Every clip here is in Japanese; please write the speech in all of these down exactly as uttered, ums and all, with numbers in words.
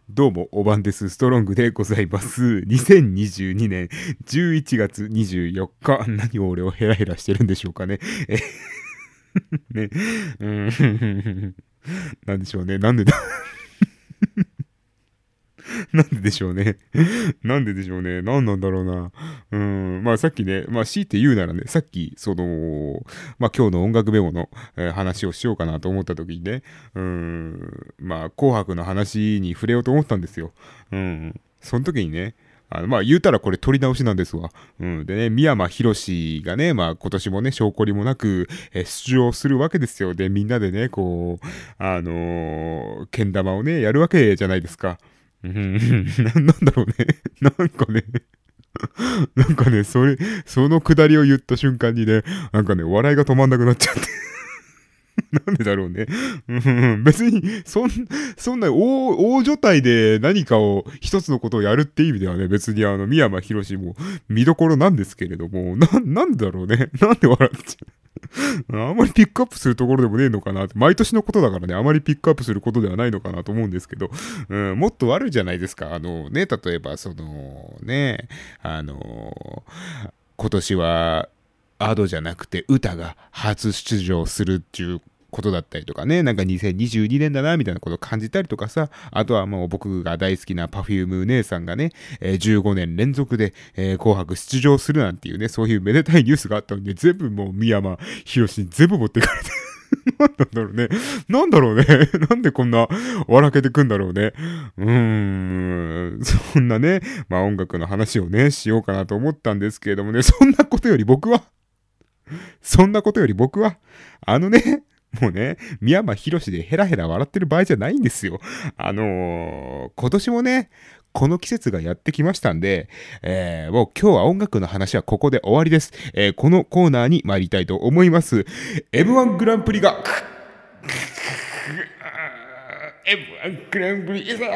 どうも、おばんです。ストロングでございます。にせんにじゅうにねんじゅういちがつにじゅうよっか、何を俺をヘラヘラしてるんでしょうかね。え、ね、うーん、なんでしょうね。なんでだ、なんででしょうね。なんででしょうね。なんなんだろうな。うーん、まあさっきね、まあ強いて言うならね、さっき、その、まあ今日の音楽メモの、えー話をしようかなと思った時にね、うーん、まあ紅白の話に触れようと思ったんですよ。うん。その時にね、あのまあ言うたらこれ取り直しなんですわ。うん。でね、三山ひろしがね、まあ今年もね、証拠りもなく、えー出場するわけですよ。で、みんなでね、こう、あのー、けん玉をね、やるわけじゃないですか。うん、な、なんだろうね。なんかね、なんかね、それ、そのくだりを言った瞬間にね、なんかね、笑いが止まんなくなっちゃって。なんでだろうね。うん、別に、そん、そんな大、大所帯で何かを、一つのことをやるって意味ではね、別にあの、三山ひろしも見どころなんですけれども、な、なんだろうね。なんで笑っちゃう。あんまりピックアップするところでもねえのかなって。毎年のことだからね、あまりピックアップすることではないのかなと思うんですけど、うん、もっとあるじゃないですか。あのね、例えば、その、ね、あの、今年は、アドじゃなくて歌が初出場するっていうことだったりとかね、なんかにせんにじゅうにねんだなみたいなことを感じたりとかさ、あとはもう僕が大好きな Perfume 姉さんがね、えーじゅうごねん連続で、えー紅白出場するなんていうね、そういうめでたいニュースがあったので、全部もう三山ひろしに全部持ってかれて。なんだろうね。なんだろうね。なんでこんな笑けてくんだろうね。うーん。そんなね、まあ音楽の話をね、しようかなと思ったんですけれどもね、そんなことより僕は、そんなことより僕は、あのね、もうね、三山ひろしでヘラヘラ笑ってる場合じゃないんですよ。あのー、今年もね、この季節がやってきましたんで、えー、もう今日は音楽の話はここで終わりです。えー、このコーナーに参りたいと思います。エムワン グランプリが、エムワン グランプリ、エム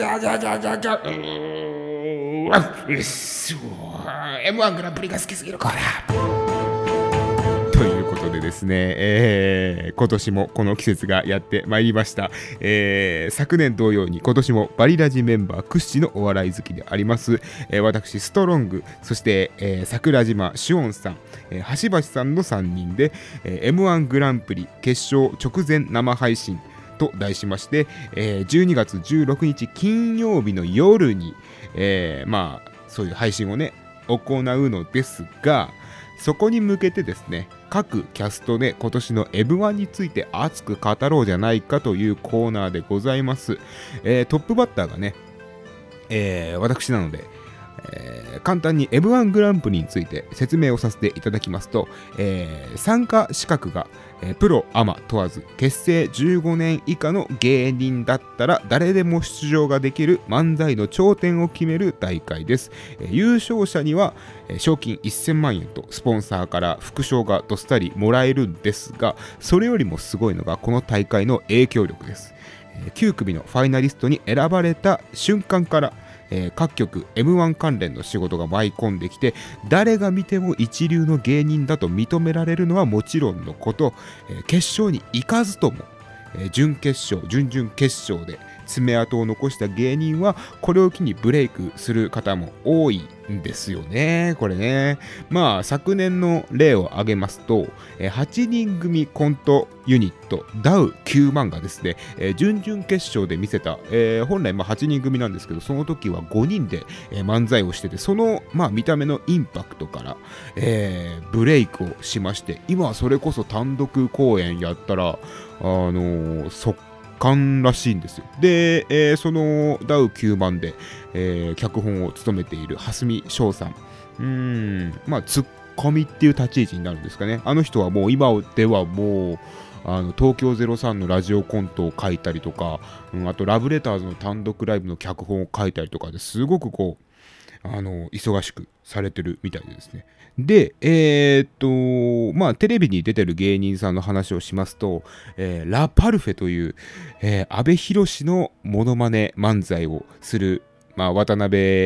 ワン グランプリが好きすぎるコーナー。ということでですね、えー、今年もこの季節がやってまいりました。えー、昨年同様に今年もバリラジメンバー屈指のお笑い好きであります、えー、私ストロング、そして、えー、桜島シオンさん、えー、橋橋さんのさんにんで、えー、エムワン グランプリ決勝直前生配信と題しまして、えー、じゅうにがつじゅうろくにち金曜日の夜に、えー、まあそういう配信をね行うのですが、そこに向けてですね、各キャストで今年の エムワン について熱く語ろうじゃないかというコーナーでございます。えー、トップバッターがね、えー、私なので、えー、簡単に エムワン グランプリについて説明をさせていただきますと、えー、参加資格が、えー、プロアマ問わず結成じゅうごねん以下の芸人だったら誰でも出場ができる漫才の頂点を決める大会です。えー、優勝者には、えー、賞金せんまんえんとスポンサーから副賞がどっさりもらえるんですが、それよりもすごいのがこの大会の影響力です。えー、きゅうくみのファイナリストに選ばれた瞬間からえー、各局 エムワン 関連の仕事が舞い込んできて、誰が見ても一流の芸人だと認められるのはもちろんのこと、えー、決勝に行かずとも、えー、準決勝準々決勝で爪痕を残した芸人はこれを機にブレイクする方も多いんですよね。これね、まあ昨年の例を挙げますと、はちにん組コントユニットダウきゅうまんがですね、準々決勝で見せた、えー、本来まあはちにん組なんですけど、その時はごにんで漫才をしてて、そのまあ見た目のインパクトから、えー、ブレイクをしまして、今はそれこそ単独公演やったらあのー、速感らしいんですよ。で、えー、そのダウきゅうまんで、えー、脚本を務めている蓮見翔さん、うーん、まあツッコミっていう立ち位置になるんですかね。あの人はもう今ではもうあの東京ゼロさんのラジオコントを書いたりとか、うん、あとラブレターズの単独ライブの脚本を書いたりとかですごくこうあの忙しくされてるみたいでですね。で、えー、っと、まあ、テレビに出てる芸人さんの話をしますと、えー、ラ・パルフェという、えー、阿部寛のモノマネ漫才をする、まあ、渡辺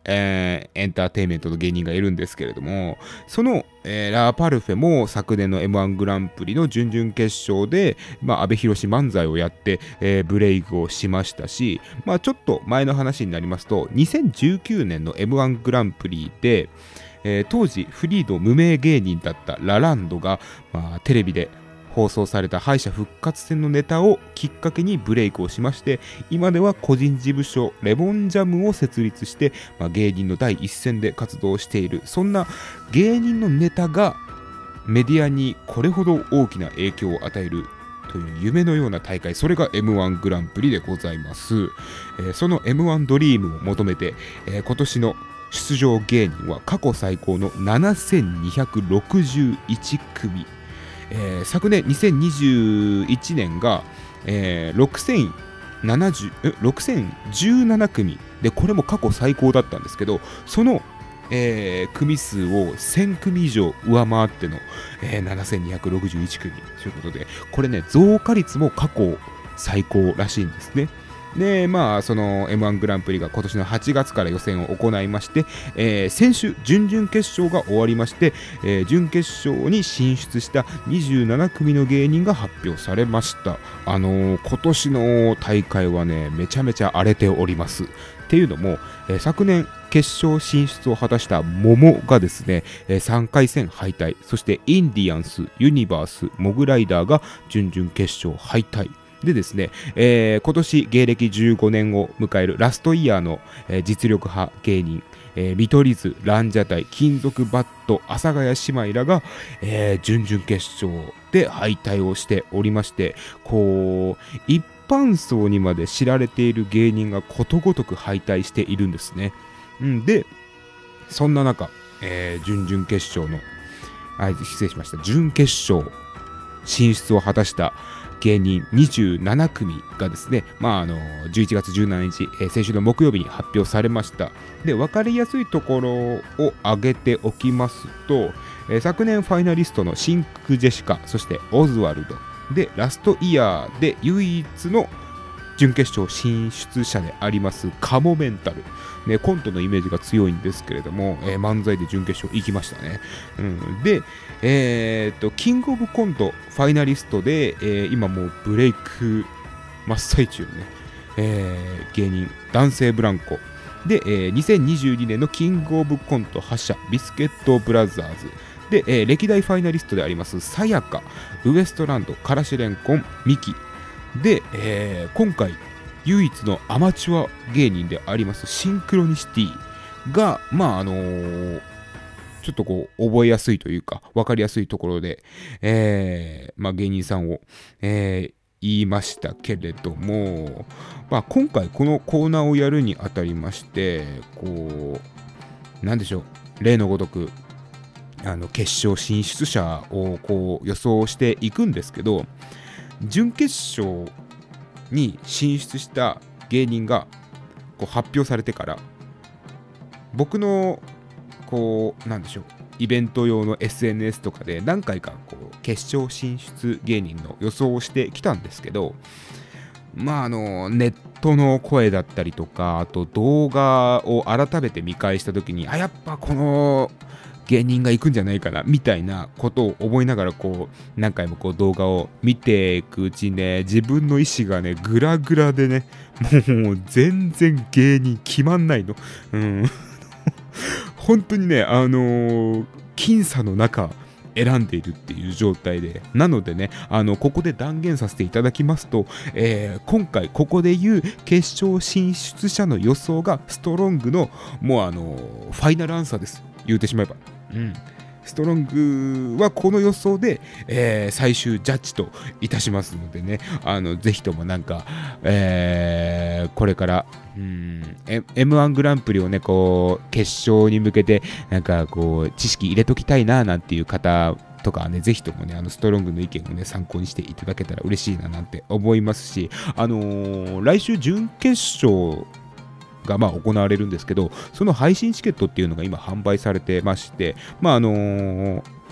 えー、エンターテインメントの芸人がいるんですけれども、その、えー、ラ・パルフェも昨年の エムワン グランプリの準々決勝で、まあ、阿部寛漫才をやって、えー、ブレイクをしましたし、まあ、ちょっと前の話になりますと、にせんじゅうきゅうねんの エムワン グランプリで、えー、当時フリーの無名芸人だったラランドが、まあ、テレビで放送された敗者復活戦のネタをきっかけにブレイクをしまして、今では個人事務所レモンジャムを設立して、まあ、芸人の第一線で活動している。そんな芸人のネタがメディアにこれほど大きな影響を与えるという夢のような大会、それが エムワン グランプリでございます。えー、その エムワン ドリームを求めて、えー、今年の出場芸人は過去最高のななせんにひゃくろくじゅういちくみ、えー、昨年にせんにじゅういちねんが、えー、ろくせんじゅうななくみで、これも過去最高だったんですけど、その、えー、組数をせんくみ以上上回っての、えー、ななせんにひゃくろくじゅういちくみということで、これね、増加率も過去最高らしいんですね。で、まあ、その エムワン グランプリが今年のはちがつから予選を行いまして、えー、先週、準々決勝が終わりまして、えー、準決勝に進出したにじゅうななくみの芸人が発表されました。あのー、今年の大会はね、めちゃめちゃ荒れております。っていうのも、えー、昨年、決勝進出を果たした桃がですね、えー、さんかい戦敗退、そしてインディアンス、ユニバース、モグライダーが準々決勝敗退。でですね、えー、今年芸歴じゅうごねんを迎えるラストイヤーの、えー、実力派芸人、えー、見取り図、ランジャタイ、金属バット、阿佐ヶ谷姉妹らが、えー、準々決勝で敗退をしておりまして、こう一般層にまで知られている芸人がことごとく敗退しているんですね。うん、で、そんな中、えー、準々決勝のあ失礼しました準決勝進出を果たした芸人にじゅうななくみがですね、まあ、あのじゅういちがつじゅうしちにち、えー、先週の木曜日に発表されました。で、分かりやすいところを挙げておきますと、えー、昨年ファイナリストのシンク・ジェシカ、そしてオズワルドで、ラストイヤーで唯一の準決勝進出者でありますカモメンタル、ね、コントのイメージが強いんですけれども、えー、漫才で準決勝行きましたね。うん、で、えー、とキングオブコントファイナリストで、えー、今もうブレイク真っ最中のね、えー、芸人男性ブランコで、えー、にせんにじゅうにねんのキングオブコント覇者ビスケットブラザーズで、えー、歴代ファイナリストでありますさやか、ウエストランド、からしれんこん、ミキで、えー、今回唯一のアマチュア芸人でありますシンクロニシティが、まああのー、ちょっとこう覚えやすいというか分かりやすいところで、えーまあ、芸人さんを、えー、言いましたけれども、まあ、今回このコーナーをやるにあたりまして、こうなんでしょう、例のごとくあの決勝進出者をこう予想していくんですけど、準決勝に進出した芸人がこう発表されてから、僕のこうなんでしょう、イベント用の エスエヌエス とかで何回かこう決勝進出芸人の予想をしてきたんですけど、まああのネットの声だったりとか、あと動画を改めて見返した時に、あ、やっぱこの芸人が行くんじゃないかなみたいなことを思いながら、こう何回もこう動画を見ていくうちにね、自分の意志がねグラグラでね、もう全然芸人決まんないの。うん本当にね、あのー、僅差の中選んでいるっていう状態で、なのでね、あのここで断言させていただきますと、えー、今回ここで言う決勝進出者の予想がストロングのもうあのー、ファイナルアンサーです、言うてしまえば。うん、ストロングはこの予想で、えー、最終ジャッジといたしますのでね、あのぜひともなんか、えー、これからうん エムワン グランプリをねこう決勝に向けてなんかこう知識入れときたいななんていう方とかはね、ぜひともねあのストロングの意見をね参考にしていただけたら嬉しいななんて思いますし、あのー、来週準決勝がまあ行われるんですけど、その配信チケットっていうのが今販売されてまして、まああのー、普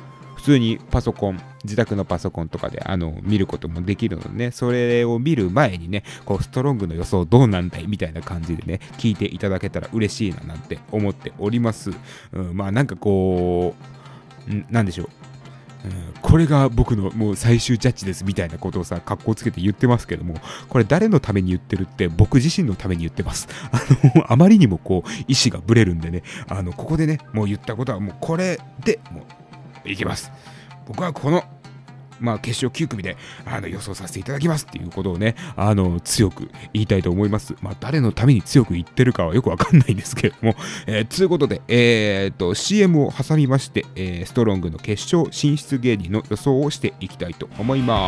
通にパソコン、自宅のパソコンとかであの見ることもできるのでね、それを見る前にね、こうストロングの予想どうなんだいみたいな感じでね、聞いていただけたら嬉しいななんて思っております。うん、まあなんかこう、んなんでしょう。うん、これが僕のもう最終ジャッジですみたいなことをさ、格好つけて言ってますけども、これ誰のために言ってるって、僕自身のために言ってます。あの、あまりにもこう、意志がぶれるんでね、あの、ここでね、もう言ったことはもうこれでもういきます。僕はこの、まあ、決勝きゅう組であの予想させていただきますっていうことをね、あの強く言いたいと思います。まあ、誰のために強く言ってるかはよくわかんないんですけれども、えー、ということで、えー、と シーエム を挟みまして、えー、ストロングの決勝進出芸人の予想をしていきたいと思います。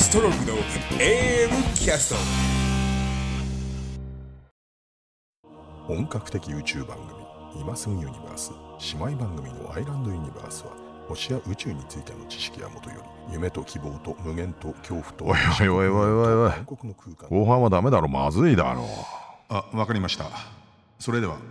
ストロングの エーエム キャスト、 本格的宇宙番組今すぐユニバース、姉妹番組のアイランドユニバースは星や宇宙についての知識やもとより、夢と希望と無限と恐怖と、 おいおいおいおいおいおい、後半はダメだろ、まずいだろ。 あ、わかりました。それでは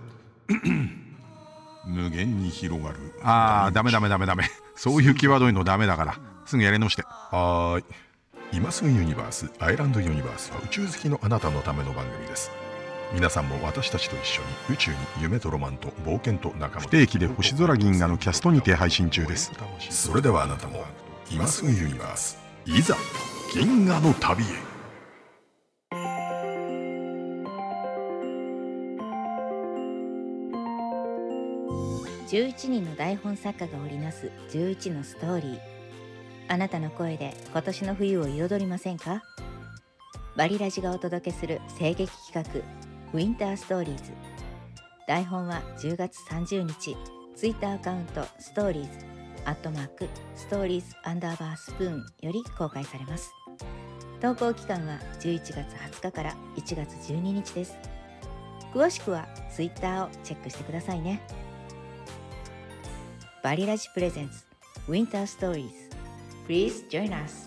無限に広がる。 ああ、ダメダメダメダメ、そういう際どいのダメだから、すぐやり直して。 はーい。今すぐユニバースアイランドユニバースは宇宙好きのあなたのための番組です。皆さんも私たちと一緒に宇宙に夢とロマンと冒険と仲間、 不定期で星空銀河のキャストにて配信中です。 それではあなたも今すぐユニバース、いざ銀河の旅へ。 じゅういちにんの台本作家が織りなすじゅういちのストーリー。あなたの声で今年の冬を彩りませんか？バリラジがお届けする声劇企画ウィンターストーリーズ。台本はじゅうがつさんじゅうにち、ツイッターアカウントストーリーズアットマークストーリーズアンダーバースプーンより公開されます。投稿期間はじゅういちがつはつかからいちがつじゅうににちです。詳しくはツイッターをチェックしてくださいね。バリラジプレゼンツウィンターストーリーズ。 Please join us。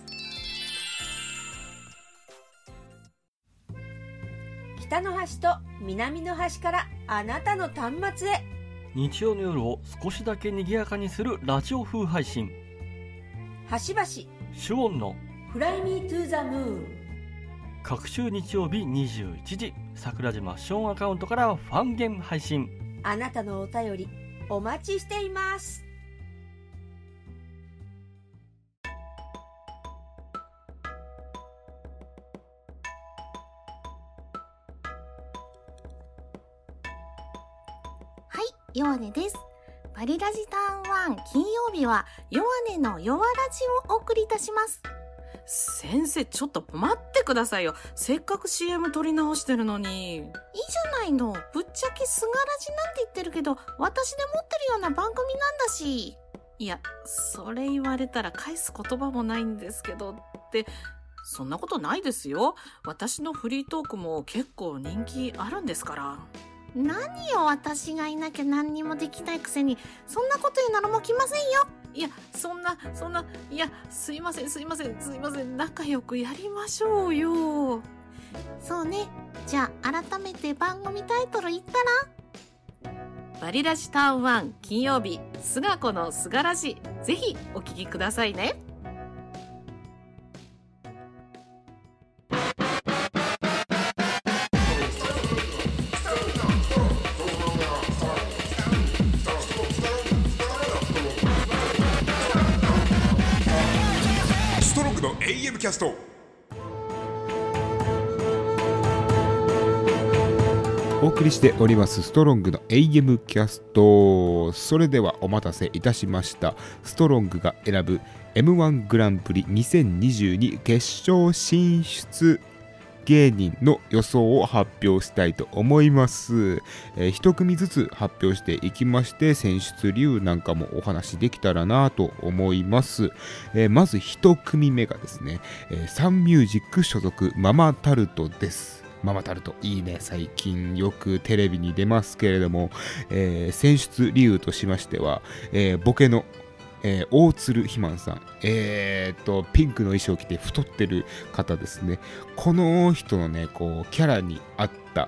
北の端と南の端からあなたの端末へ。 日曜の夜を少しだけ賑やかにするラジオ風配信、 端々 シュオンのフライミートゥーザムーン。 各週日曜日にじゅういちじ、桜島ショーンアカウントからファンゲーム配信。 あなたのお便りお待ちしています。 はい、ヨアネです。バリラジターンワン金曜日はヨアネのヨアラジをお送りいたします。 先生、ちょっと待ってくださいよ。せっかく シーエム 撮り直してるのに。 いいじゃないの。ぶっちゃけすがらじなんて言ってるけど、私で持ってるような番組なんだし。 いや、それ言われたら返す言葉もないんですけどって、そんなことないですよ。私のフリートークも結構人気あるんですから。 何よ、私がいなきゃ何にもできないくせに、そんなこと言うならもう来ませんよ。 いや、そんな、そんな、いや、すいません、すいません、すいません、仲良くやりましょうよ。 そうね。じゃあ、改めて番組タイトル言ったら？ バリラジターンワン金曜日、すがこのすがらじ。ぜひお聞きくださいね。 ストロングの エーエム キャスト。 お送りしておりますストロングの エーエム キャスト。それではお待たせいたしました。ストロングが選ぶ エムワン グランプリにせんにじゅうに決勝進出芸人の予想を発表したいと思います。えー、一組ずつ発表していきまして、選出理由なんかもお話できたらなと思います。えー、まず一組目がですね、えー、サンミュージック所属ママタルトです。ママタルトいいね。最近よくテレビに出ますけれども、えー、選出理由としましては、えー、ボケのえー、大鶴ひまんさん、えー、っとピンクの衣装を着て太ってる方ですね。この人のねこうキャラに合った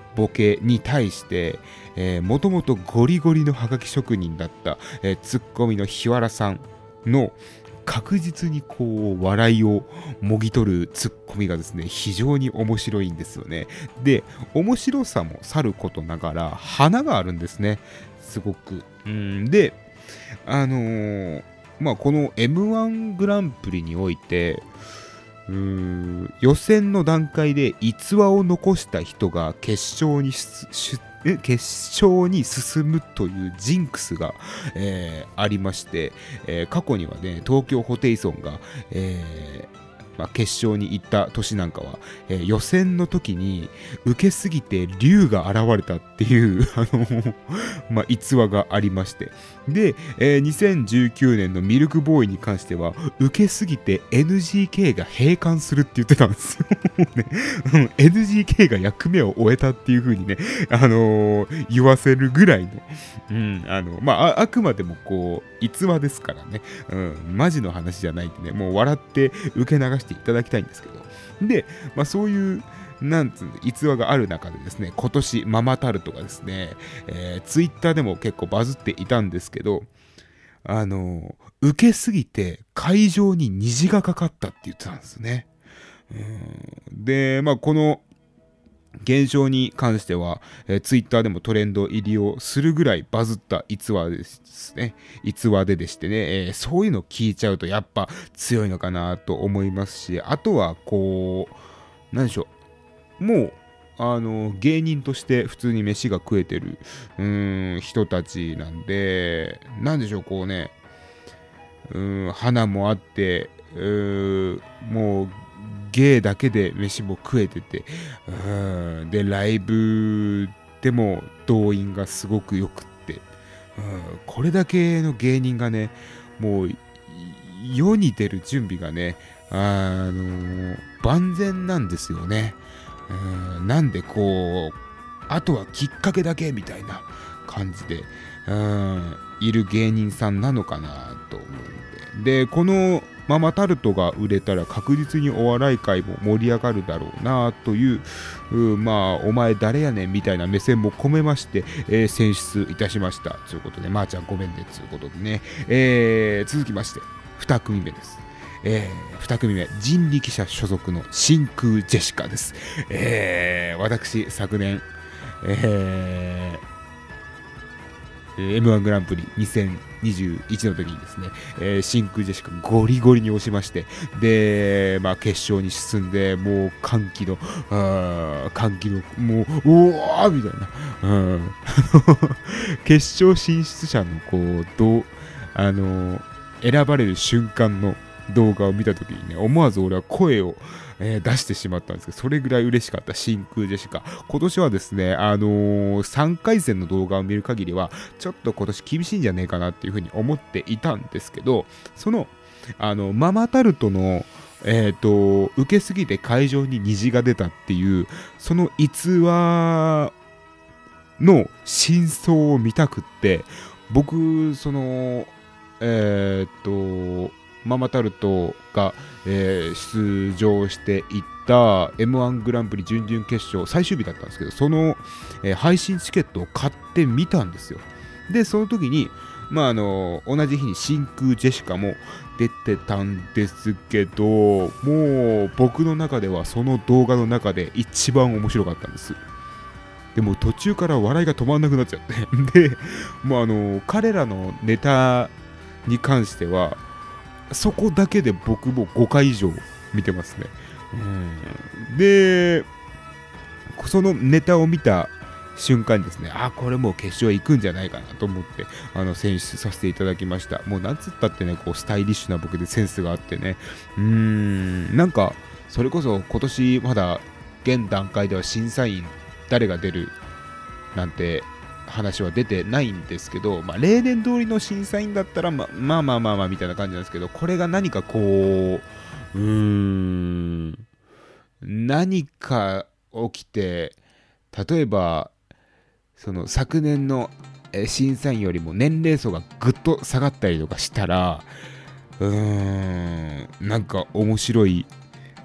ボケに対してもともとゴリゴリのハガキ職人だった、えー、ツッコミの日原さんの確実にこう笑いをもぎ取るツッコミがですね非常に面白いんですよね。で面白さもさることながら花があるんですね、すごく。うんであのー、まあこの エムワン グランプリにおいてうーん予選の段階で逸話を残した人が決勝にし決勝に進むというジンクスが、えー、ありまして、えー、過去にはね東京ホテイソンが、えーまあ、決勝に行った年なんかは、えー、予選の時に受けすぎて竜が現れたっていうあの、まあ、逸話がありまして、で、えー、にせんじゅうきゅうねんのミルクボーイに関しては受けすぎて エヌジーケー が閉館するって言ってたんですよ、ね、エヌジーケー が役目を終えたっていう風にね、あのー、言わせるぐらいの、うん、あのまあ、あ、あくまでもこう逸話ですからね、うん、マジの話じゃないんでね、もう笑って受け流していただきたいんですけど、で、まあ、そういうなんつう逸話がある中でですね、今年ママタルトがですね、えー、ツイッターでも結構バズっていたんですけど、あの受けすぎて会場に虹がかかったって言ってたんですね。うんで、まあこの現象に関しては、えー、ツイッターでもトレンド入りをするぐらいバズった逸話ですね。逸話ででしてね、えー、そういうの聞いちゃうとやっぱ強いのかなと思いますし、あとはこうなんでしょう、もうあの芸人として普通に飯が食えてるうーん人たちなんで、なんでしょうこうね、うーん花もあって、うーもう芸だけで飯も食えてて、うーんでライブでも動員がすごくよくって、うん、これだけの芸人がねもう世に出る準備がねあの万全なんですよね。うんなんでこうあとはきっかけだけみたいな感じでうんいる芸人さんなのかなと思うんで、でこのママタルトが売れたら確実にお笑い界も盛り上がるだろうなという、うまあお前誰やねんみたいな目線も込めまして、えー、選出いたしましたということで、まーちゃんごめんねということでね、えー、続きましてに組目です。えー、に組目人力車所属の真空ジェシカです。えー、私昨年、えー、エムワン グランプリにせんにじゅういちの時にですね、えー、真空ジェシカゴリゴリに押しまして、で、まあ、決勝に進んでもう歓喜のあ歓喜のもううわーみたいな、うん、決勝進出者のこうどうあの選ばれる瞬間の動画を見たときにね、思わず俺は声を、えー、出してしまったんですけど、それぐらい嬉しかった真空ジェシカ。今年はですね、あのー、さんかい戦の動画を見る限りはちょっと今年厳しいんじゃねえかなっていうふうに思っていたんですけど、そのあのママタルトのえーと受けすぎて会場に虹が出たっていうその逸話の真相を見たくって、僕そのえーとママタルトが、えー、出場していった エムワン グランプリ準々決勝最終日だったんですけど、その、えー、配信チケットを買ってみたんですよ。でその時に、まあ、あの同じ日に真空ジェシカも出てたんですけど、もう僕の中ではその動画の中で一番面白かったんです。でも途中から笑いが止まんなくなっちゃってでもうあの彼らのネタに関してはそこだけで僕もごかい以上見てますね。うんでそのネタを見た瞬間にですね、あこれもう決勝行くんじゃないかなと思ってあの選出させていただきました。もうなんつったってねこうスタイリッシュな僕でセンスがあってね、うーんなんかそれこそ今年まだ現段階では審査員誰が出るなんて話は出てないんですけど、まあ、例年通りの審査員だったらま、まあまあまあまあみたいな感じなんですけど、これが何かこううーん何か起きて、例えばその昨年の審査員よりも年齢層がぐっと下がったりとかしたら、うーんなんか面白い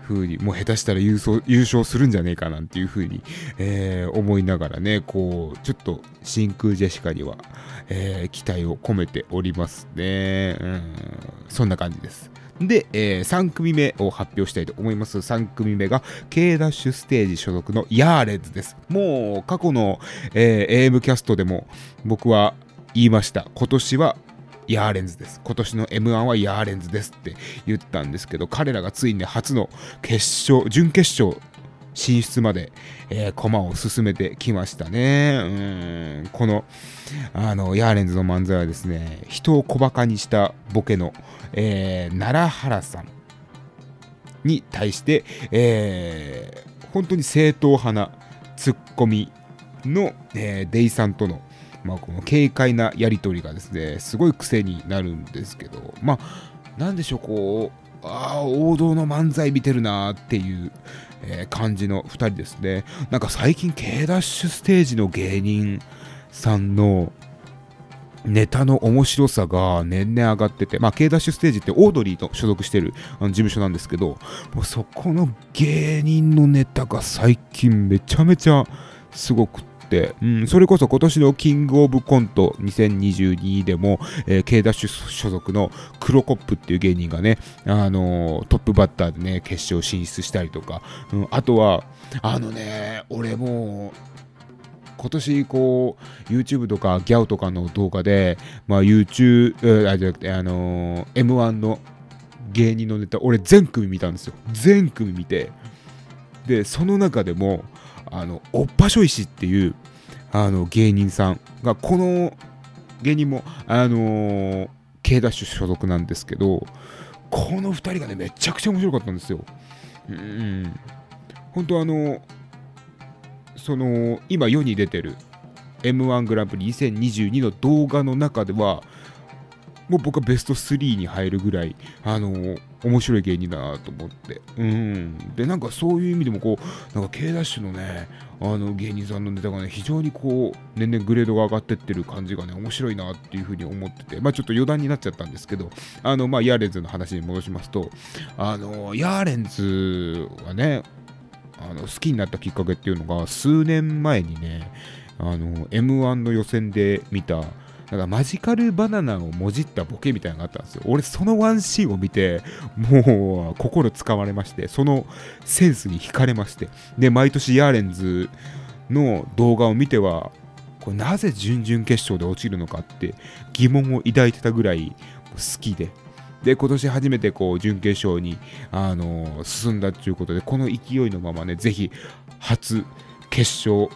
風にもう下手したら優勝、優勝するんじゃねえかなんていう風に、えー、思いながらね、こうちょっと真空ジェシカには、えー、期待を込めておりますね。うん、そんな感じです。で、えー、さん組目を発表したいと思います。さん組目が K ダッシュステージ所属のヤーレンズです。もう過去の、えー、エーエム キャストでも僕は言いました。今年はヤーレンズです。今年の エムワン はヤーレンズですって言ったんですけど、彼らがついに初の決勝、準決勝進出まで、えー、駒を進めてきましたね。うーん、この、あのヤーレンズの漫才はですね、人を小馬鹿にしたボケの、えー、奈良原さんに対して、えー、本当に正統派なツッコミの、えー、デイさんとのまあ、この軽快なやり取りがですね、すごい癖になるんですけど、まあ、なんでしょう、こう、ああ、王道の漫才見てるなーっていう、えー、感じのふたりですね。なんか最近、K ダッシュステージの芸人さんのネタの面白さが年々上がってて、まあ、K ダッシュステージってオードリーと所属してるあの事務所なんですけど、もうそこの芸人のネタが最近めちゃめちゃすごくて、うん、それこそ今年のキングオブコントにせんにじゅうにでも、えー、K ダッシュ所属のクロコップっていう芸人がね、あのー、トップバッターでね決勝進出したりとか、うん、あとはあのね、俺もう今年こう YouTube とかギャオとかの動画で、まあ、YouTube あじゃなくて、あのー、エムワン の芸人のネタ俺全組見たんですよ。全組見て、でその中でもあのおっぱしょいしっていうあの芸人さんが、この芸人もあのー、K ダッシュ所属なんですけど、このふたりがねめちゃくちゃ面白かったんですよ。うん本当あのその今世に出てる エムワン グランプリにせんにじゅうにの動画の中ではもう僕はベストスリーに入るぐらいあのー、面白い芸人だなと思って、うんでなんかそういう意味でもこうなんか K ダッシュのねあの芸人さんのネタがね非常にこう年々グレードが上がってってる感じがね面白いなっていう風に思ってて、まあちょっと余談になっちゃったんですけど、あのまあヤーレンズの話に戻しますと、あのヤーレンズはねあの好きになったきっかけっていうのが数年前にねあの エムワン の予選で見たなんかマジカルバナナをもじったボケみたいなのがあったんですよ。俺そのワンシーンを見てもう心つかまれまして、そのセンスに惹かれまして、で毎年ヤーレンズの動画を見てはこれなぜ準々決勝で落ちるのかって疑問を抱いてたぐらい好きで、で今年初めてこう準決勝に、あのー、進んだということで、この勢いのままねぜひ初決勝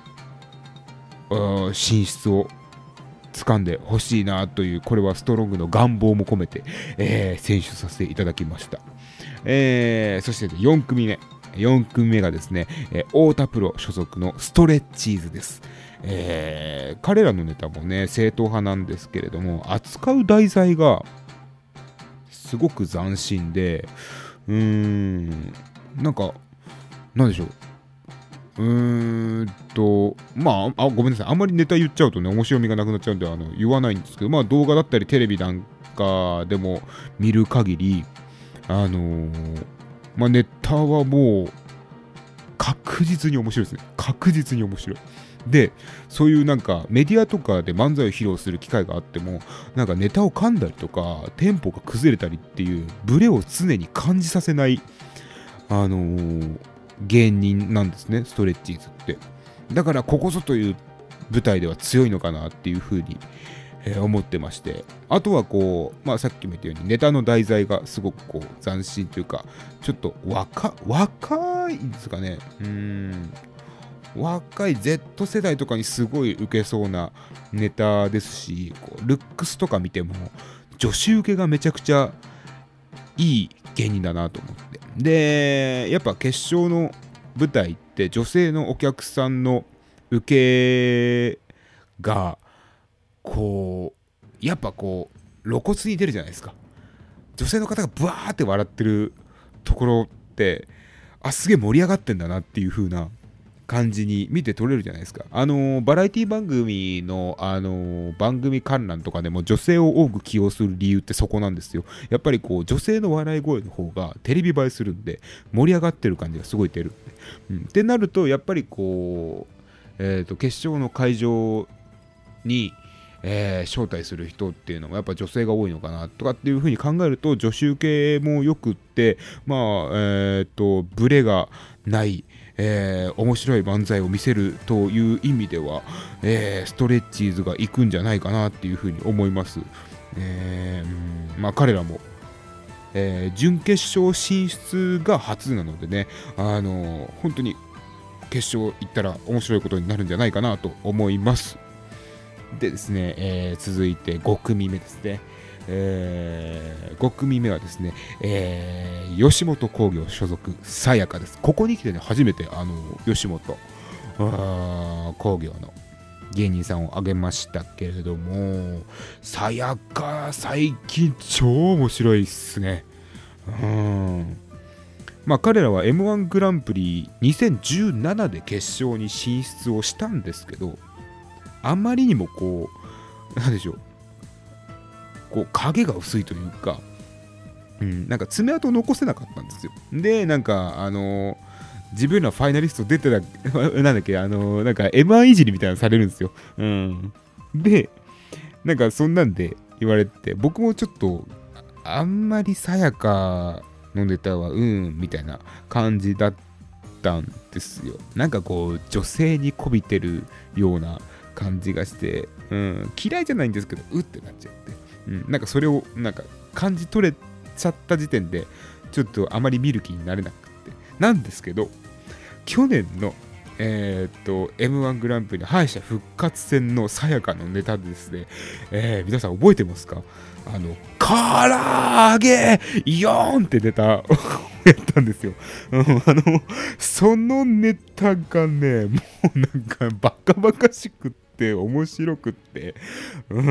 進出を掴んでほしいなという、これはストロングの願望も込めて、えー、選出させていただきました。えー、そして、ね、よん組目よん組目がですね、えー、太田プロ所属のストレッチーズです。えー、彼らのネタもね正統派なんですけれども、扱う題材がすごく斬新で、うーんなんかなんでしょううーんとまあ、あごめんなさい、あんまりネタ言っちゃうとね面白みがなくなっちゃうんであの言わないんですけど、まあ動画だったりテレビなんかでも見る限りあのー、まあネタはもう確実に面白いですね。確実に面白いで、そういうなんかメディアとかで漫才を披露する機会があってもなんかネタを噛んだりとかテンポが崩れたりっていうブレを常に感じさせないあのー芸人なんですね、ストレッチーズって。だからここぞという舞台では強いのかなっていう風に、えー、思ってまして、あとはこう、まあ、さっきも言ったようにネタの題材がすごくこう斬新というかちょっと若若いんですかね、うーん若い Z 世代とかにすごい受けそうなネタですし、こうルックスとか見ても女子受けがめちゃくちゃいい芸人だなと思って、でやっぱ決勝の舞台って女性のお客さんの受けがこうやっぱこう露骨に出るじゃないですか。女性の方がブワーって笑ってるところってあすげえ盛り上がってんだなっていう風な感じに見て取れるじゃないですか。あのバラエティ番組の、あの番組観覧とかでも女性を多く起用する理由ってそこなんですよ。やっぱりこう女性の笑い声の方がテレビ映えするんで盛り上がってる感じがすごい出る、うん、ってなるとやっぱりこう、えーと、決勝の会場に、えー、招待する人っていうのもやっぱ女性が多いのかなとかっていう風に考えると女子受けもよくってまあえーとブレがない、えー、面白い漫才を見せるという意味では、えー、ストレッチーズが行くんじゃないかなっていうふうに思います。えーうんまあ、彼らも、えー、準決勝進出が初なのでね、あのー、本当に決勝行ったら面白いことになるんじゃないかなと思います。でですね、えー、続いてご組目ですね。えー、ご組目はですね、えー、吉本興業所属さやかです。ここに来てね初めてあの吉本興業の芸人さんを挙げましたけれども、さやか最近超面白いっすね。うんまあ彼らは エムワン グランプリにせんじゅうななで決勝に進出をしたんですけど、あまりにもこうなんでしょうこう影が薄いというか、うん、なんか爪痕を残せなかったんですよ。でなんかあのー、自分らファイナリスト出てたなんだっけあのー、なんか エムワン いじりみたいなのされるんですよ、うん、でなんかそんなんで言われて僕もちょっとあんまりさやかのネタはうんみたいな感じだったんですよ。なんかこう女性に媚びてるような感じがして、うん、嫌いじゃないんですけどうってなっちゃって、うん、なんかそれをなんか感じ取れちゃった時点でちょっとあまり見る気になれなくてなんですけど、去年のえー、っと エムワン グランプリの敗者復活戦のさやかのネタでですね、えー、皆さん覚えてますか？あの唐揚げヨーンってネタをやったんですよ。うん、あのそのネタがねもうなんかバカバカしくって面白くって、うん、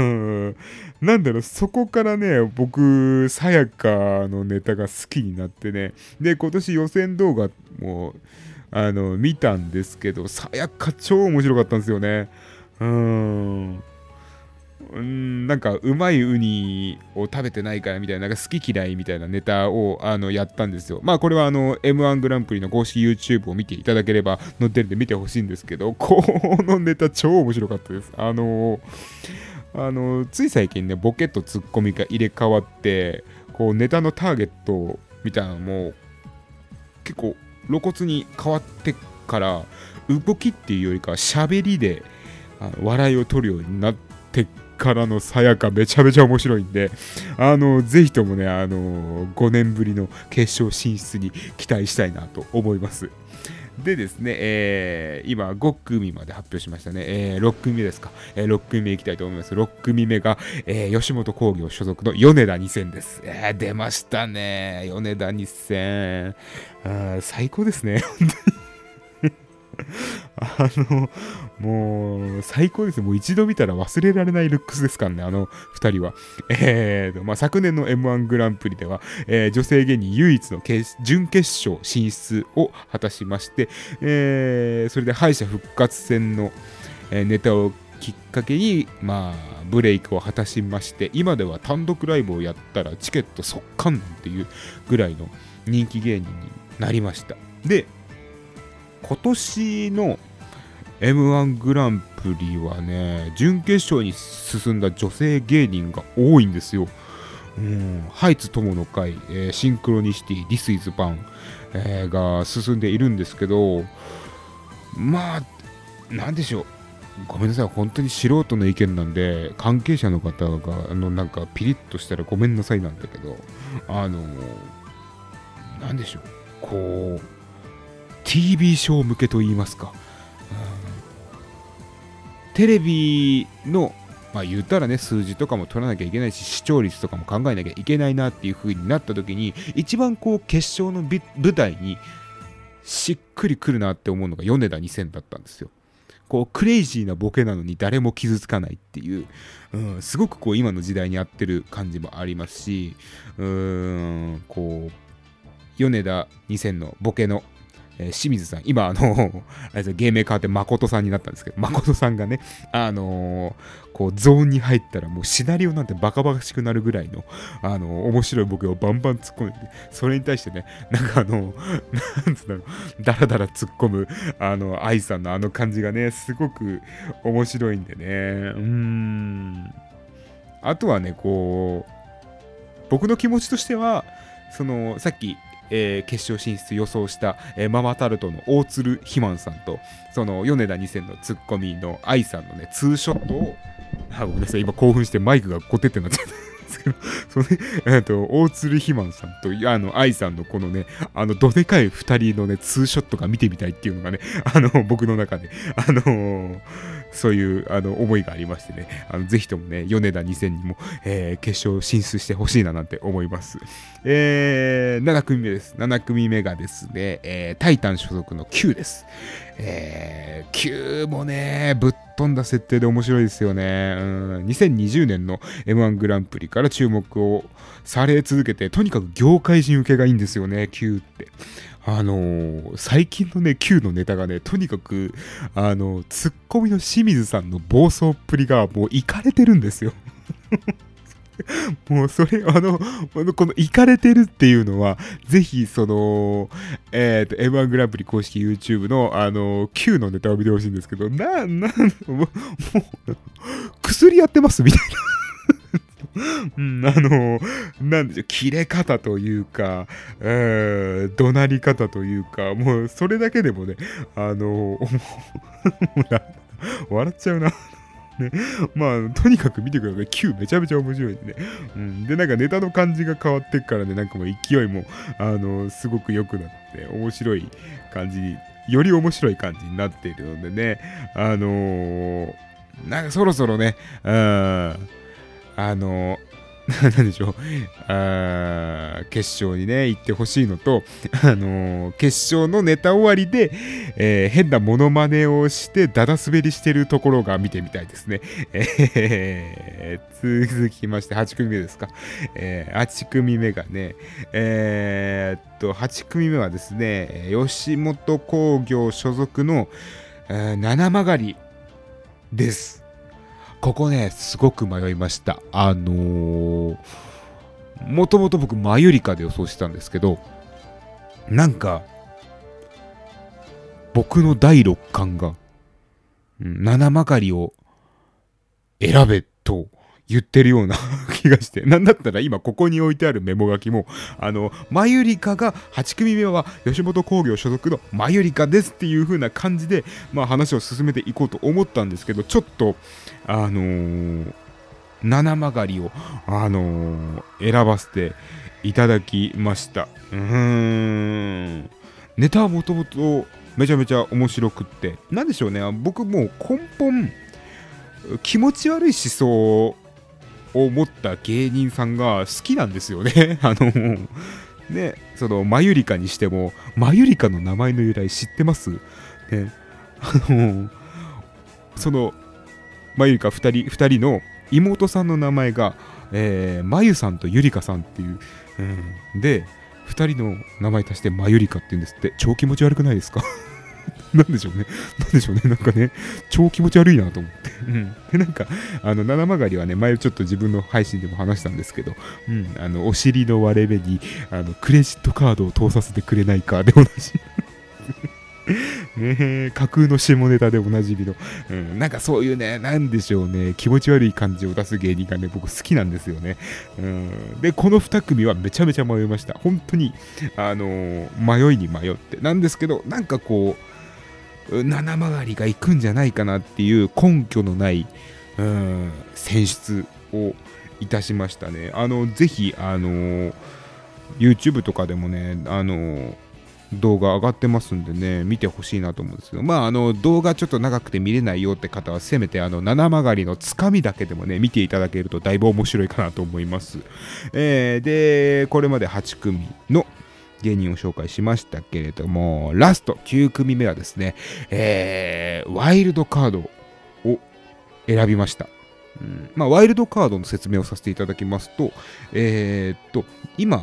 なんだろうそこからね僕さやかのネタが好きになってね、で今年予選動画もあの見たんですけどさやか超面白かったんですよね。うーんうんなんかうまいウニを食べてないからみたいな、なんか好き嫌いみたいなネタをあのやったんですよ。まあこれはあの エムワン グランプリの公式 YouTube を見ていただければ載ってるんで見てほしいんですけど、このネタ超面白かったです。あのあのつい最近ねボケとツッコミが入れ替わってこうネタのターゲットみたいなのも結構露骨に変わってから動きっていうよりか喋りであの笑いを取るようになってからのさやかめちゃめちゃ面白いんで、あのぜひともねあのごねんぶりの決勝進出に期待したいなと思います。でですね、えー、今ご組まで発表しましたね、えー、ろく組目ですか、えー、ろく組目いきたいと思います。ろく組目が、えー、吉本興業所属の米田にせんです、えー、出ましたね米田にせん、あ最高ですね本当にあのもう最高です。もう一度見たら忘れられないルックスですからねあのふたりは。えーとまあ、昨年の エムワン グランプリでは、えー、女性芸人唯一の準決勝進出を果たしまして、えー、それで敗者復活戦の、えー、ネタをきっかけに、まあ、ブレイクを果たしまして、今では単独ライブをやったらチケット即完っていうぐらいの人気芸人になりました。で今年の エムワン グランプリはね準決勝に進んだ女性芸人が多いんですよ。うん、ハイツ友の会、えー、シンクロニシティ This is Pan、えー、が進んでいるんですけど、まあなんでしょう、ごめんなさい本当に素人の意見なんで関係者の方があのなんかピリッとしたらごめんなさいなんだけど、あのなんでしょうこうティービー ショー向けと言いますか、うん、テレビのまあ言ったらね数字とかも取らなきゃいけないし視聴率とかも考えなきゃいけないなっていう風になった時に一番こう決勝の舞台にしっくりくるなって思うのが米田にせんだったんですよ。こうクレイジーなボケなのに誰も傷つかないっていう、うん、すごくこう今の時代に合ってる感じもありますし、うーんこう米田にせんのボケのえー、清水さん、今あのあれです芸名変わって誠さんになったんですけど、誠さんがね、あのー、こうゾーンに入ったらもうシナリオなんてバカバカしくなるぐらいの、あのー、面白いボケをバンバン突っ込んで、それに対してね、なんかあのー、なんつうんだろう、ダラダラ突っ込むあの愛さんのあの感じがね、すごく面白いんでね。うーん。あとはね、こう僕の気持ちとしては、そのさっき、えー、決勝進出予想した、えー、ママタルトの大鶴肥満さんと、その米田にせんのツッコミの愛さんのねツーショットを、あ、ごめんなさい、今興奮してマイクがコテってなっちゃったんですけど、そのね、えー、と大鶴肥満さんとあの愛さんのこのね、あのどでかいふたりのねツーショットが見てみたいっていうのがね、あの僕の中であのーそういうあの思いがありましてね、あのぜひともね米田にせんにも、えー、決勝進出してほしいななんて思います。えー、なな組目です。なな組目がですね、えー、タイタン所属の Q です。えー、Q もねぶっ飛んだ設定で面白いですよね。うん、にせんにじゅうねんの エムワン グランプリから注目をされ続けて、とにかく業界人受けがいいんですよね Q って。あのー、最近のね Q のネタがね、とにかくあのツッコミの清水さんの暴走っぷりがもうイカれてるんですよもうそれあのこのイカれてるっていうのは、ぜひそのえっと エムワン グランプリ公式 YouTube のあの Q のネタを見てほしいんですけど、ななんもうもう薬やってますみたいなうん、あのなんでしょう、切れ方というか、えー、怒鳴り方というか、もうそれだけでもね、あの笑っちゃうなね、まあとにかく見てください。Q めちゃめちゃ面白いんでね、うん、でなんかネタの感じが変わってっからね、なんかもう勢いもあのすごく良くなって面白い感じに、より面白い感じになっているのでね、あのー、なんかそろそろね、うんあのなんでしょう、あ決勝にね行ってほしいのと、あのー、決勝のネタ終わりで、えー、変なモノマネをしてダダ滑りしてるところが見てみたいですね。えー、続きましてはち組目ですか。えー、はち組目がね、えー、っとはち組目はですね、吉本興業所属の、えー、七曲です。ここねすごく迷いました。あのー、もともと僕マユリカで予想してたんですけど、なんか僕の第六感が、うん、七曲を選べと言ってるような気がして、なんだったら今ここに置いてあるメモ書きも、あのマユリカがはち組目は吉本興業所属のマユリカですっていう風な感じで、まあ、話を進めていこうと思ったんですけど、ちょっとあのー、七曲を、あのー、選ばせていただきました。うーん、ネタはもともとめちゃめちゃ面白くって、なんでしょうね、僕もう根本気持ち悪い思想を持った芸人さんが好きなんですよね。あのね、そのマユリカにしても、マユリカの名前の由来知ってます？ね、あのそのマユリカふたりふたりの妹さんの名前が、えー、マユさんとユリカさんっていう、うん、でふたりの名前足してマユリカっていうんですって。超気持ち悪くないですか？なんでしょうね。なんでしょうね。なんかね、超気持ち悪いなと思って。うん。で、なんか、あの、七曲はね、前ちょっと自分の配信でも話したんですけど、うん、あの、お尻の割れ目に、あの、クレジットカードを通させてくれないかで同じ。ねえ、架空の下ネタでおなじみの、うん、なんかそういうね、なんでしょうね、気持ち悪い感じを出す芸人がね、僕好きなんですよね。うん、で、このに組はめちゃめちゃ迷いました。本当に、あのー、迷いに迷って。なんですけど、なんかこう、七曲が行くんじゃないかなっていう根拠のない、うん、選出をいたしましたね。あの、ぜひ、あのー、YouTube とかでもね、あのー、動画上がってますんでね、見てほしいなと思うんですけど、まああの動画ちょっと長くて見れないよって方はせめてあの七曲のつかみだけでもね見ていただけるとだいぶ面白いかなと思います。えー、でこれまではち組の芸人を紹介しましたけれども、ラストきゅう組目はですね、えー、ワイルドカードを選びました。うん、まあワイルドカードの説明をさせていただきますと、えー、っと今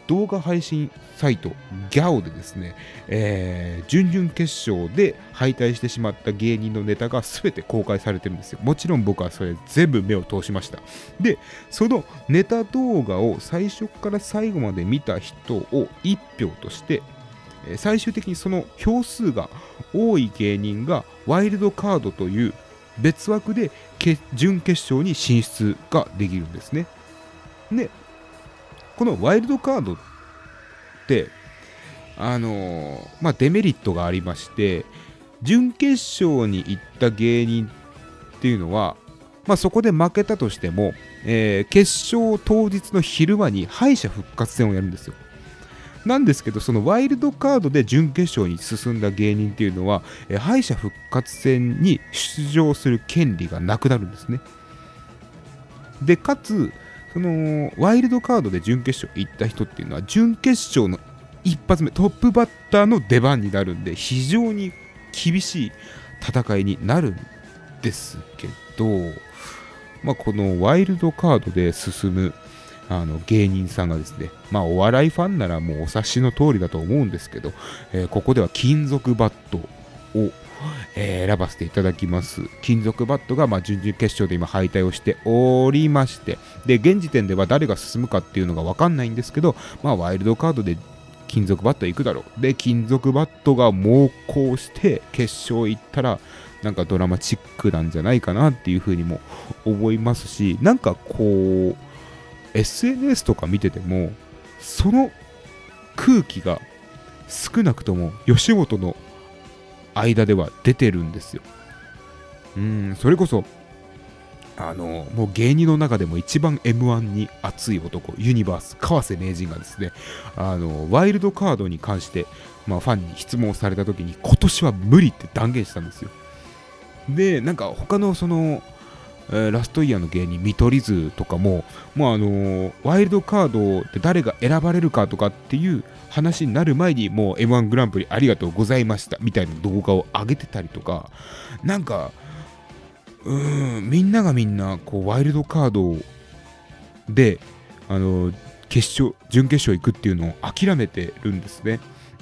動画配信サイトギャオでですね、えー、準々決勝で敗退してしまった芸人のネタが全て公開されてるんですよ。もちろん僕はそれ全部目を通しました。で、そのネタ動画を最初から最後まで見た人をいち票として、最終的にその票数が多い芸人がワイルドカードという別枠で準決勝に進出ができるんですね。で、このワイルドカードってあのー、まあデメリットがありまして、準決勝に行った芸人っていうのは、まあそこで負けたとしても、えー、決勝当日の昼間に敗者復活戦をやるんですよ。なんですけど、そのワイルドカードで準決勝に進んだ芸人っていうのは、えー、敗者復活戦に出場する権利がなくなるんですね。で、かつそのワイルドカードで準決勝行った人っていうのは準決勝の一発目トップバッターの出番になるんで、非常に厳しい戦いになるんですけど、まあ、このワイルドカードで進むあの芸人さんがですね、まあお笑いファンならもうお察しの通りだと思うんですけど、えー、ここでは金属バットを、えー、選ばせていただきます。金属バットがまあ準々決勝で今敗退をしておりまして、で現時点では誰が進むかっていうのが分かんないんですけど、まあワイルドカードで金属バット行くだろう。で金属バットが猛攻して決勝行ったらなんかドラマチックなんじゃないかなっていうふうにも思いますし、なんかこうエスエヌエス とか見ててもその空気が少なくとも吉本の間では出てるんですよ。うーん、それこそあのもう芸人の中でも一番 エムワン に熱い男、ユニバース川瀬名人がですね、あのワイルドカードに関して、まあ、ファンに質問された時に今年は無理って断言したんですよ。でなんか他のそのえー、ラストイヤーの芸人見取り図とかも、もうあのー、ワイルドカードで誰が選ばれるかとかっていう話になる前にもう エムワン グランプリありがとうございましたみたいな動画を上げてたりとか、なんかうーんみんながみんなこうワイルドカードであのー、決勝準決勝行くっていうのを諦めてるんですね。うん、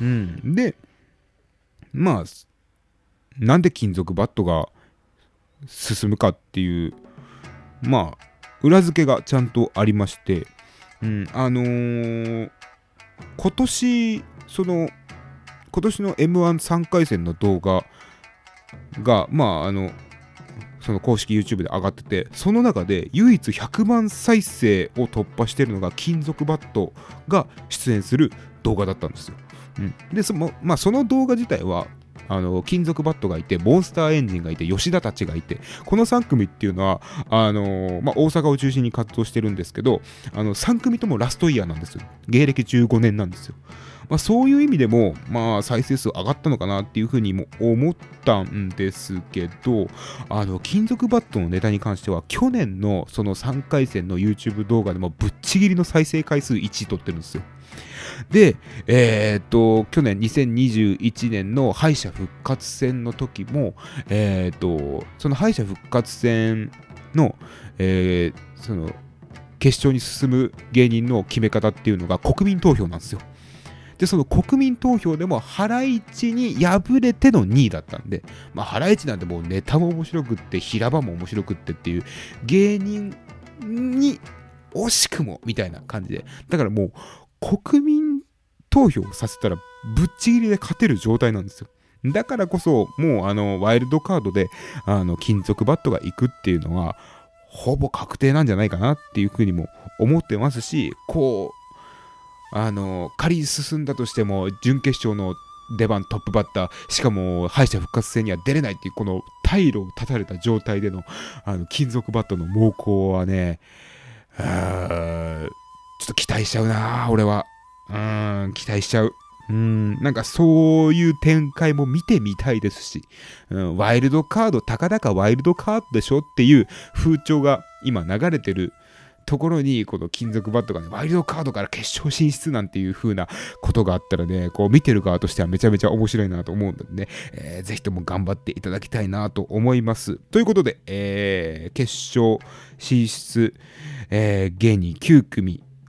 でまあなんで金属バットが進むかっていうまあ裏付けがちゃんとありまして、うん、あのー、今年その今年の エムワンさん 回戦の動画がまああのその公式 YouTube で上がってて、その中で唯一ひゃくまん再生を突破しているのが金属バットが出演する動画だったんですよ。うん、でその、まあ、その動画自体はあの金属バットがいてモンスターエンジンがいて吉田たちがいて、このさん組っていうのはあの、まあ、大阪を中心に活動してるんですけど、あのさん組ともラストイヤーなんですよ。芸歴じゅうごねんなんですよ。まあ、そういう意味でも、まあ、再生数上がったのかなっていうふうにも思ったんですけど、あの金属バットのネタに関しては去年のそのさんかい戦の YouTube 動画でもぶっちぎりの再生回数いちい取ってるんですよ。で、えー、っと去年にせんにじゅういちねんの敗者復活戦の時も、えー、っとその敗者復活戦の、えー、その決勝に進む芸人の決め方っていうのが国民投票なんですよ。でその国民投票でもハライチに敗れてのにいだったんで、まあ、ハライチなんてもうネタも面白くって平場も面白くってっていう芸人に惜しくもみたいな感じで、だからもう国民投票させたらぶっちぎりで勝てる状態なんですよ。だからこそもうあのワイルドカードであの金属バットが行くっていうのはほぼ確定なんじゃないかなっていうふうにも思ってますし、こうあの仮に進んだとしても準決勝の出番トップバッター、しかも敗者復活戦には出れないっていうこの退路を断たれた状態でのあの金属バットの猛攻はね、あちょっと期待しちゃうな俺は。うーん期待しちゃう。うーんなんかそういう展開も見てみたいですし、うん、ワイルドカードたかだかワイルドカードでしょっていう風潮が今流れてるところに、この金属バットがねワイルドカードから決勝進出なんていう風なことがあったらね、こう見てる側としてはめちゃめちゃ面白いなと思うのでね、えー、ぜひとも頑張っていただきたいなと思います。ということで、えー、決勝進出、えー、芸人きゅう組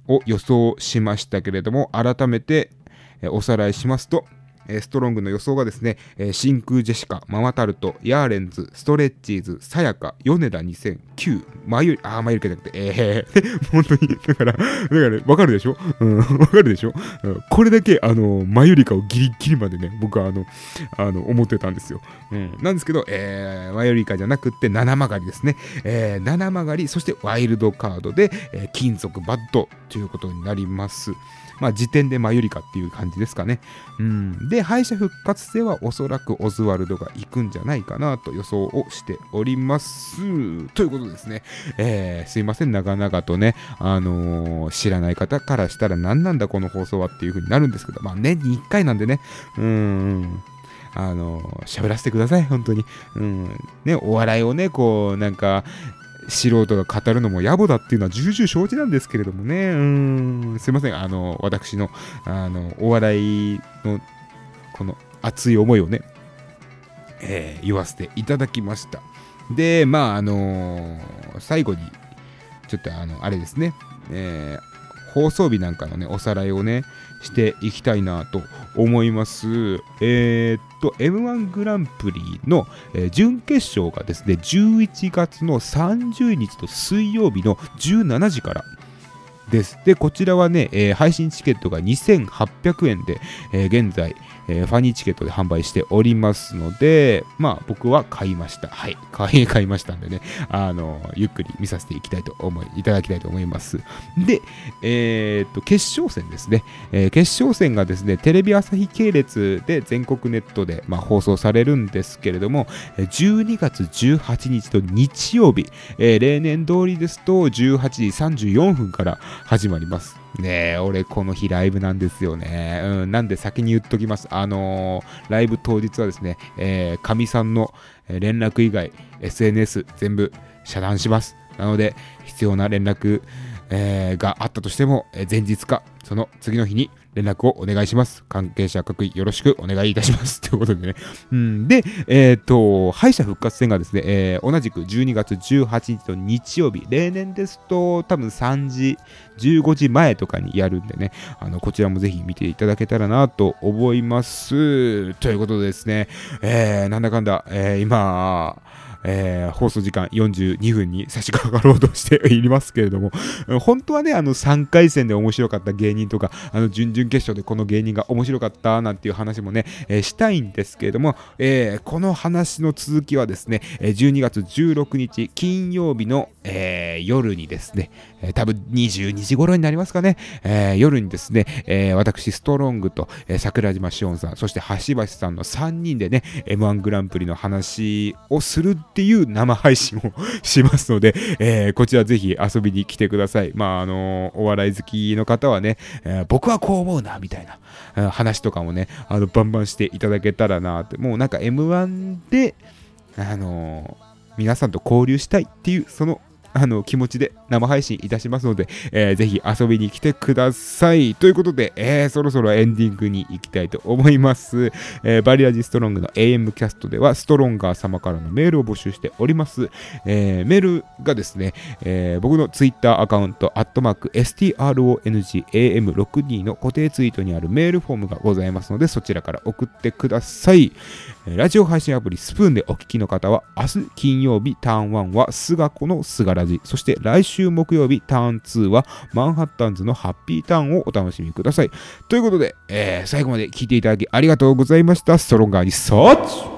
を予想しましたけれども、改めておさらいしますと、ストロングの予想がですね、真空ジェシカ、ママタルト、ヤーレンズ、ストレッチーズ、さやか、米田にせんきゅう、マユリ、あー、マユリカじゃなくて、えー、本当に、だから、だから、わかるでしょうん、わかるでしょ、うん、これだけ、あの、マユリカをギリギリまでね、僕は、あの、あの、思ってたんですよ。うん、なんですけど、えー、マユリカじゃなくて、七曲りですね。えー、七曲り、そしてワイルドカードで、えー、金属バッドということになります。まあ、時点でマユリカっていう感じですかね。うん。で、敗者復活戦はおそらくオズワルドが行くんじゃないかなと予想をしております。ということですね。えー、すいません、長々とね、あのー、知らない方からしたら何なんだこの放送はっていう風になるんですけど、まあ年にいっかいなんでね、うーん。あのー、喋らせてください、本当に。うん。ね、お笑いをね、こう、なんか、素人が語るのも野暮だっていうのは重々承知なんですけれどもね、うーん、すいません、あの、私の、あの、お笑いの、この熱い思いをね、えー、言わせていただきました。で、まあ、あのー、最後に、ちょっとあの、あれですね、えー、放送日なんかのね、おさらいをね、していきたいなと思います。えー、っと エムワン グランプリの、えー、準決勝がですねじゅういちがつのさんじゅうにちと水曜日のじゅうしちじからです。でこちらはね、えー、配信チケットがにせんはっぴゃくえんで、えー、現在、えー、ファニーチケットで販売しておりますので、まあ僕は買いました。はい、買い買いましたんでね、あのゆっくり見させていきたいと思いいただきたいと思います。で、えー、っと決勝戦ですね、えー。決勝戦がですねテレビ朝日系列で全国ネットで、まあ、放送されるんですけれども、じゅうにがつじゅうはちにちと日曜日、えー、例年通りですとじゅうはちじさんじゅうよんぷんから始まります。ねえ、俺この日ライブなんですよね。うん、なんで先に言っときます。あのー、ライブ当日はですね、えー、かみさんの連絡以外 エスエヌエス 全部遮断します。なので必要な連絡、えー、があったとしても、えー、前日かその次の日に連絡をお願いします。関係者各位よろしくお願いいたします。ということでね。うん、で、えっと、敗者復活戦がですね、えー、同じくじゅうにがつじゅうはちにちと日曜日、例年ですと多分さんじ、じゅうごじまえとかにやるんでね、あの、こちらもぜひ見ていただけたらなと思います。ということでですね、えー、なんだかんだ、えー、今、えー、放送時間よんじゅうにふんに差し掛かろうとしていますけれども、本当はね、あのさんかい戦で面白かった芸人とか、あの準々決勝でこの芸人が面白かったなんていう話もね、えー、したいんですけれども、えー、この話の続きはですね、じゅうにがつじゅうろくにち金曜日の、えー、夜にですね、えー、多分にじゅうにじ頃になりますかね、えー、夜にですね、えー、私ストロングと、えー、桜島しおんさん、そして橋橋さんのさんにんでね エムワン グランプリの話をするっていう生配信をしますので、えー、こちらぜひ遊びに来てください。まああのー、お笑い好きの方はね、えー、僕はこう思うなみたいな、えー、話とかもね、あのバンバンしていただけたらなって、もうなんか エムワン であのー、皆さんと交流したいっていうそのあの気持ちで生配信いたしますので、えー、ぜひ遊びに来てください。ということで、えー、そろそろエンディングに行きたいと思います。えー、バリラジストロングの エーエム キャストではストロンガー様からのメールを募集しております。えー、メールがですね、えー、僕のツイッターアカウントアットマーク エスティーアールオーエヌジーエーエムろくじゅうに の固定ツイートにあるメールフォームがございますので、そちらから送ってください。ラジオ配信アプリスプーンでお聞きの方は明日金曜日ターンワンはスガコのスガラジ、そして来週木曜日ターンツーはマンハッタンズのハッピーターンをお楽しみください。ということで、えー、最後まで聞いていただきありがとうございました。ストロンガーにサッチ